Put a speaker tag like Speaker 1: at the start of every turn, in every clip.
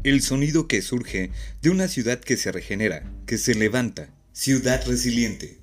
Speaker 1: El sonido que surge de una ciudad que se regenera, que se levanta. Ciudad resiliente.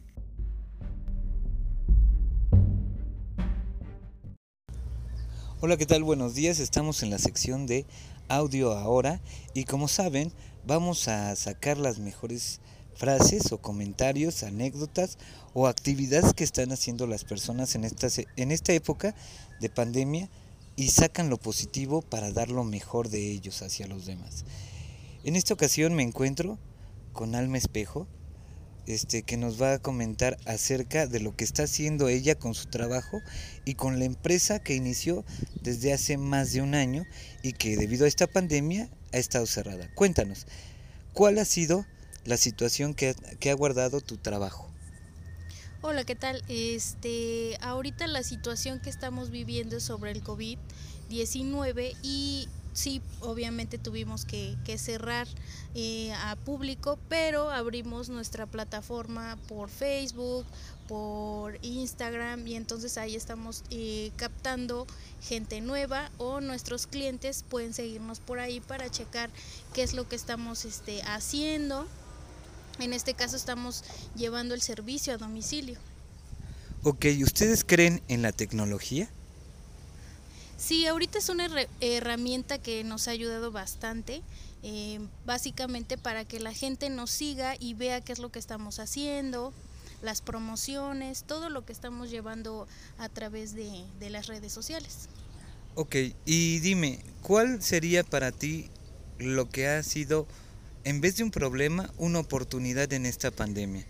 Speaker 2: Hola, ¿qué tal? Buenos días. Estamos en la sección de audio ahora y como saben, vamos a sacar las mejores frases o comentarios, anécdotas o actividades que están haciendo las personas en esta época de pandemia y sacan lo positivo para dar lo mejor de ellos hacia los demás. En esta ocasión me encuentro con Alma Espejo, que nos va a comentar acerca de lo que está haciendo ella con su trabajo y con la empresa que inició desde hace más de un año y que debido a esta pandemia ha estado cerrada. Cuéntanos, ¿cuál ha sido la situación que ha guardado tu trabajo?
Speaker 3: Hola, ¿qué tal? Ahorita la situación que estamos viviendo es sobre el COVID-19 y sí, obviamente tuvimos que cerrar a público, pero abrimos nuestra plataforma por Facebook, por Instagram y entonces ahí estamos captando gente nueva o nuestros clientes pueden seguirnos por ahí para checar qué es lo que estamos haciendo. En este caso estamos llevando el servicio a domicilio.
Speaker 2: Ok, ¿ustedes creen en la tecnología?
Speaker 3: Sí, ahorita es una herramienta que nos ha ayudado bastante, básicamente para que la gente nos siga y vea qué es lo que estamos haciendo, las promociones, todo lo que estamos llevando a través de las redes sociales.
Speaker 2: Ok, y dime, ¿cuál sería para ti lo que ha sido, en vez de un problema, una oportunidad en esta pandemia?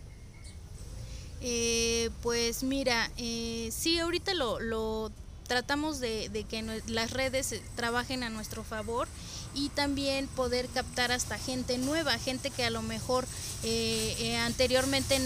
Speaker 3: Pues mira, sí, ahorita lo tratamos de que las redes trabajen a nuestro favor y también poder captar hasta gente nueva, gente que a lo mejor anteriormente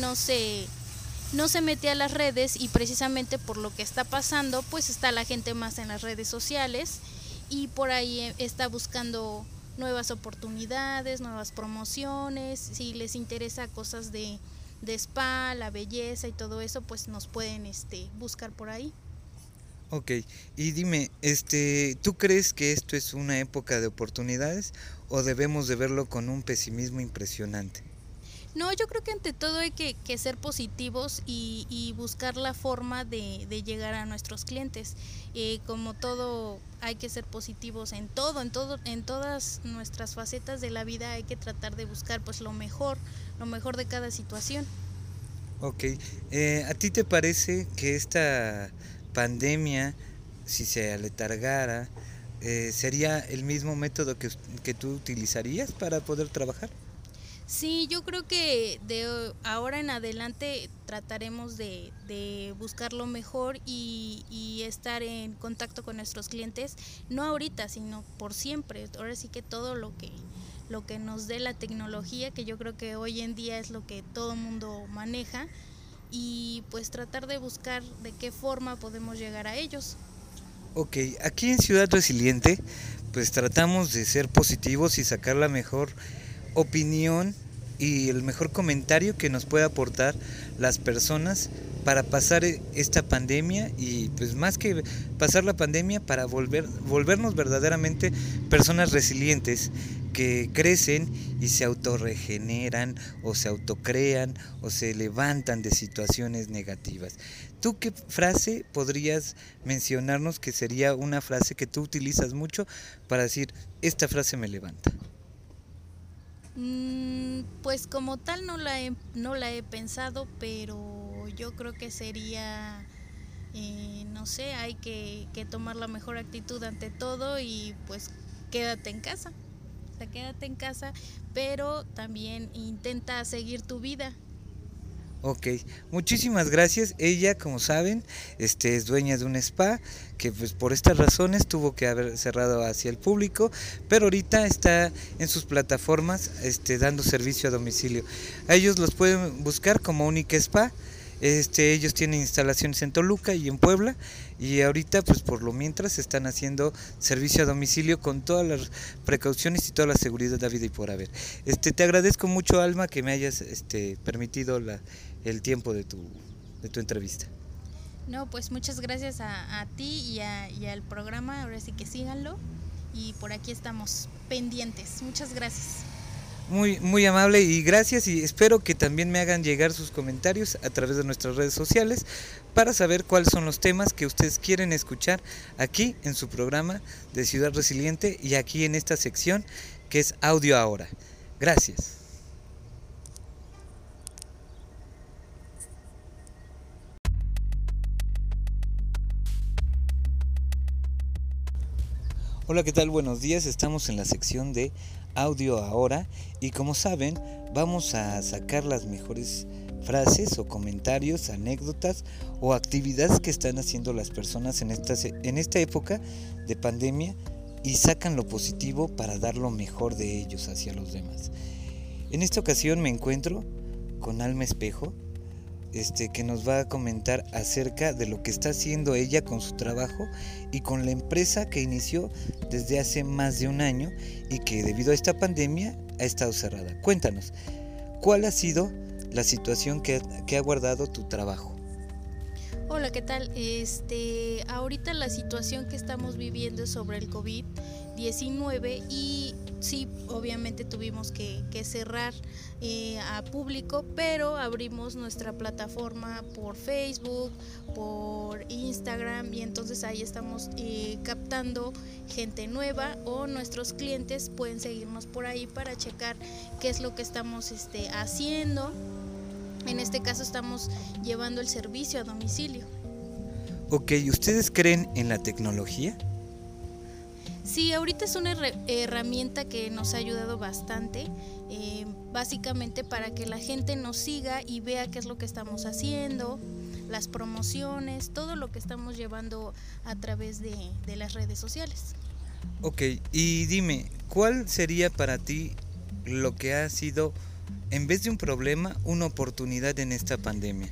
Speaker 3: no se metía a las redes y precisamente por lo que está pasando, pues está la gente más en las redes sociales y por ahí está buscando nuevas oportunidades, nuevas promociones, si les interesa cosas de spa, la belleza y todo eso, pues nos pueden buscar por ahí.
Speaker 2: Ok, y dime, ¿tú crees que esto es una época de oportunidades o debemos de verlo con un pesimismo impresionante?
Speaker 3: No, yo creo que ante todo hay que ser positivos y buscar la forma de llegar a nuestros clientes. Como todo, hay que ser positivos en todas nuestras facetas de la vida hay que tratar de buscar pues lo mejor de cada situación.
Speaker 2: Ok, ¿a ti te parece que esta pandemia, si se aletargara, sería el mismo método que tú utilizarías para poder trabajar?
Speaker 3: Sí, yo creo que de ahora en adelante trataremos de buscar lo mejor y estar en contacto con nuestros clientes, no ahorita, sino por siempre. Ahora sí que todo lo que nos dé la tecnología, que yo creo que hoy en día es lo que todo mundo maneja, y pues tratar de buscar de qué forma podemos llegar a ellos.
Speaker 2: Ok, aquí en Ciudad Resiliente, pues tratamos de ser positivos y sacar la mejor opinión y el mejor comentario que nos pueda aportar las personas para pasar esta pandemia y pues más que pasar la pandemia para volvernos verdaderamente personas resilientes que crecen y se autorregeneran o se autocrean o se levantan de situaciones negativas. ¿Tú qué frase podrías mencionarnos que sería una frase que tú utilizas mucho para decir, esta frase me levanta?
Speaker 3: Pues como tal no la he pensado, pero yo creo que sería, no sé, hay que tomar la mejor actitud ante todo y pues quédate en casa. O sea, quédate en casa, pero también intenta seguir tu vida.
Speaker 2: Ok, muchísimas gracias. Ella, como saben, es dueña de un spa que pues por estas razones tuvo que haber cerrado hacia el público, pero ahorita está en sus plataformas dando servicio a domicilio. A ellos los pueden buscar como Única Spa. Ellos tienen instalaciones en Toluca y en Puebla y ahorita pues por lo mientras están haciendo servicio a domicilio con todas las precauciones y toda la seguridad de la vida y por haber. Te agradezco mucho, Alma, que me hayas permitido el tiempo de tu entrevista.
Speaker 3: No, pues muchas gracias a ti y al programa, ahora sí que síganlo y por aquí estamos pendientes. Muchas gracias.
Speaker 2: Muy amable y gracias, y espero que también me hagan llegar sus comentarios a través de nuestras redes sociales para saber cuáles son los temas que ustedes quieren escuchar aquí en su programa de Ciudad Resiliente y aquí en esta sección que es Audio Ahora. Gracias. Hola, ¿qué tal? Buenos días, estamos en la sección de Audio Ahora y como saben vamos a sacar las mejores frases o comentarios, anécdotas o actividades que están haciendo las personas en esta época de pandemia y sacan lo positivo para dar lo mejor de ellos hacia los demás. En esta ocasión me encuentro con Alma Espejo, que nos va a comentar acerca de lo que está haciendo ella con su trabajo y con la empresa que inició desde hace más de un año y que debido a esta pandemia ha estado cerrada. Cuéntanos, ¿cuál ha sido la situación que ha guardado tu trabajo?
Speaker 3: Hola, ¿qué tal? Ahorita la situación que estamos viviendo es sobre el COVID-19 y sí, obviamente tuvimos que cerrar a público, pero abrimos nuestra plataforma por Facebook, por Instagram y entonces ahí estamos captando gente nueva o nuestros clientes pueden seguirnos por ahí para checar qué es lo que estamos haciendo. En este caso estamos llevando el servicio a domicilio.
Speaker 2: Ok, ¿ustedes creen en la tecnología?
Speaker 3: Sí, ahorita es una herramienta que nos ha ayudado bastante, básicamente para que la gente nos siga y vea qué es lo que estamos haciendo, las promociones, todo lo que estamos llevando a través de las redes sociales.
Speaker 2: Ok, y dime, ¿cuál sería para ti lo que ha sido, en vez de un problema, una oportunidad en esta pandemia?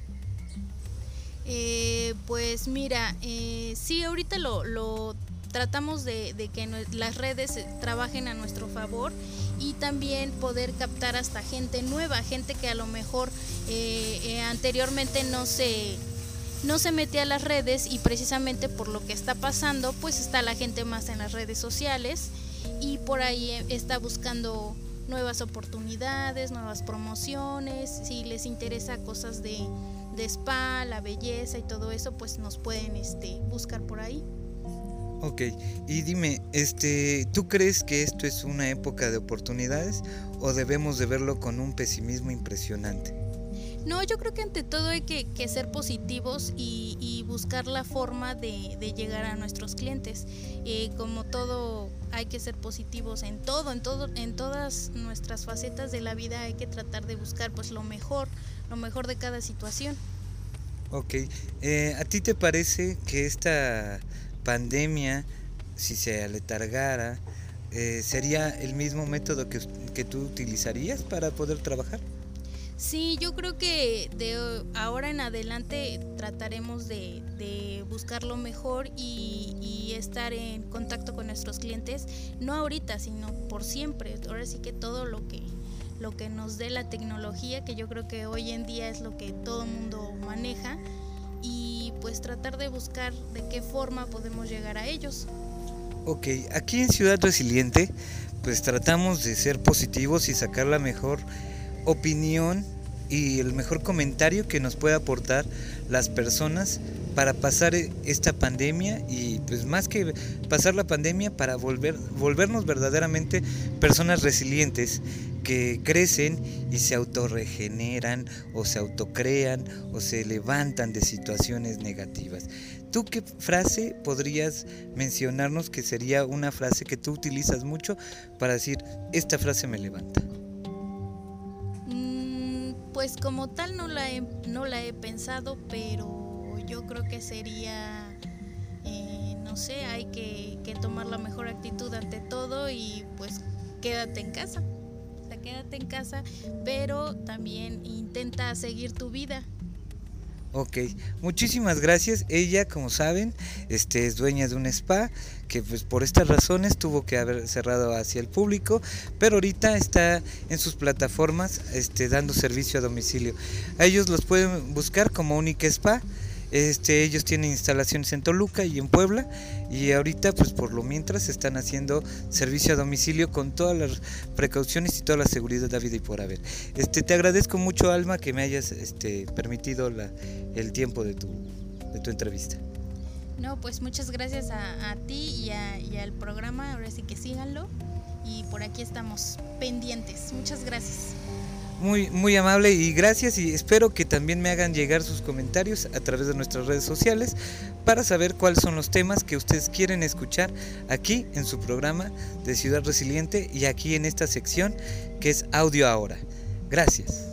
Speaker 3: Pues mira, sí, ahorita lo tratamos de que las redes trabajen a nuestro favor y también poder captar hasta gente nueva, gente que a lo mejor anteriormente no se metía a las redes y precisamente por lo que está pasando, pues está la gente más en las redes sociales y por ahí está buscando nuevas oportunidades, nuevas promociones. Si les interesa cosas de spa, la belleza y todo eso, pues nos pueden buscar por ahí.
Speaker 2: Ok, y dime, ¿tú crees que esto es una época de oportunidades o debemos de verlo con un pesimismo impresionante?
Speaker 3: No, yo creo que ante todo hay que ser positivos y buscar la forma de llegar a nuestros clientes. Como todo, hay que ser positivos en todas nuestras facetas de la vida. Hay que tratar de buscar pues lo mejor de cada situación.
Speaker 2: Ok, ¿a ti te parece que esta pandemia, si se aletargara, sería el mismo método que tú utilizarías para poder trabajar?
Speaker 3: Sí, yo creo que de ahora en adelante trataremos de buscar lo mejor y estar en contacto con nuestros clientes, no ahorita, sino por siempre. Ahora sí que todo lo que nos dé la tecnología, que yo creo que hoy en día es lo que todo mundo maneja, y pues tratar de buscar de qué forma podemos llegar a ellos.
Speaker 2: Ok, aquí en Ciudad Resiliente pues tratamos de ser positivos y sacar la mejor opinión y el mejor comentario que nos pueda aportar las personas para pasar esta pandemia y pues más que pasar la pandemia para volvernos verdaderamente personas resilientes que crecen y se autorregeneran o se autocrean o se levantan de situaciones negativas. ¿Tú qué frase podrías mencionarnos que sería una frase que tú utilizas mucho para decir esta frase me levanta?
Speaker 3: Pues como tal no la he pensado, pero yo creo que sería, no sé, hay que tomar la mejor actitud ante todo y pues quédate en casa. O sea, quédate en casa, pero también intenta seguir tu vida.
Speaker 2: Ok, muchísimas gracias. Ella, como saben, es dueña de un spa que pues por estas razones tuvo que haber cerrado hacia el público, pero ahorita está en sus plataformas dando servicio a domicilio. A ellos los pueden buscar como Única Spa Ellos tienen instalaciones en Toluca y en Puebla, y ahorita pues por lo mientras están haciendo servicio a domicilio con todas las precauciones y toda la seguridad de vida y por haber. Te agradezco mucho, Alma, que me hayas permitido el tiempo de tu entrevista.
Speaker 3: No, pues muchas gracias a ti y al programa, ahora sí que síganlo, y por aquí estamos pendientes. Muchas gracias.
Speaker 2: Muy, muy amable y gracias, y espero que también me hagan llegar sus comentarios a través de nuestras redes sociales para saber cuáles son los temas que ustedes quieren escuchar aquí en su programa de Ciudad Resiliente y aquí en esta sección que es Audio Ahora. Gracias.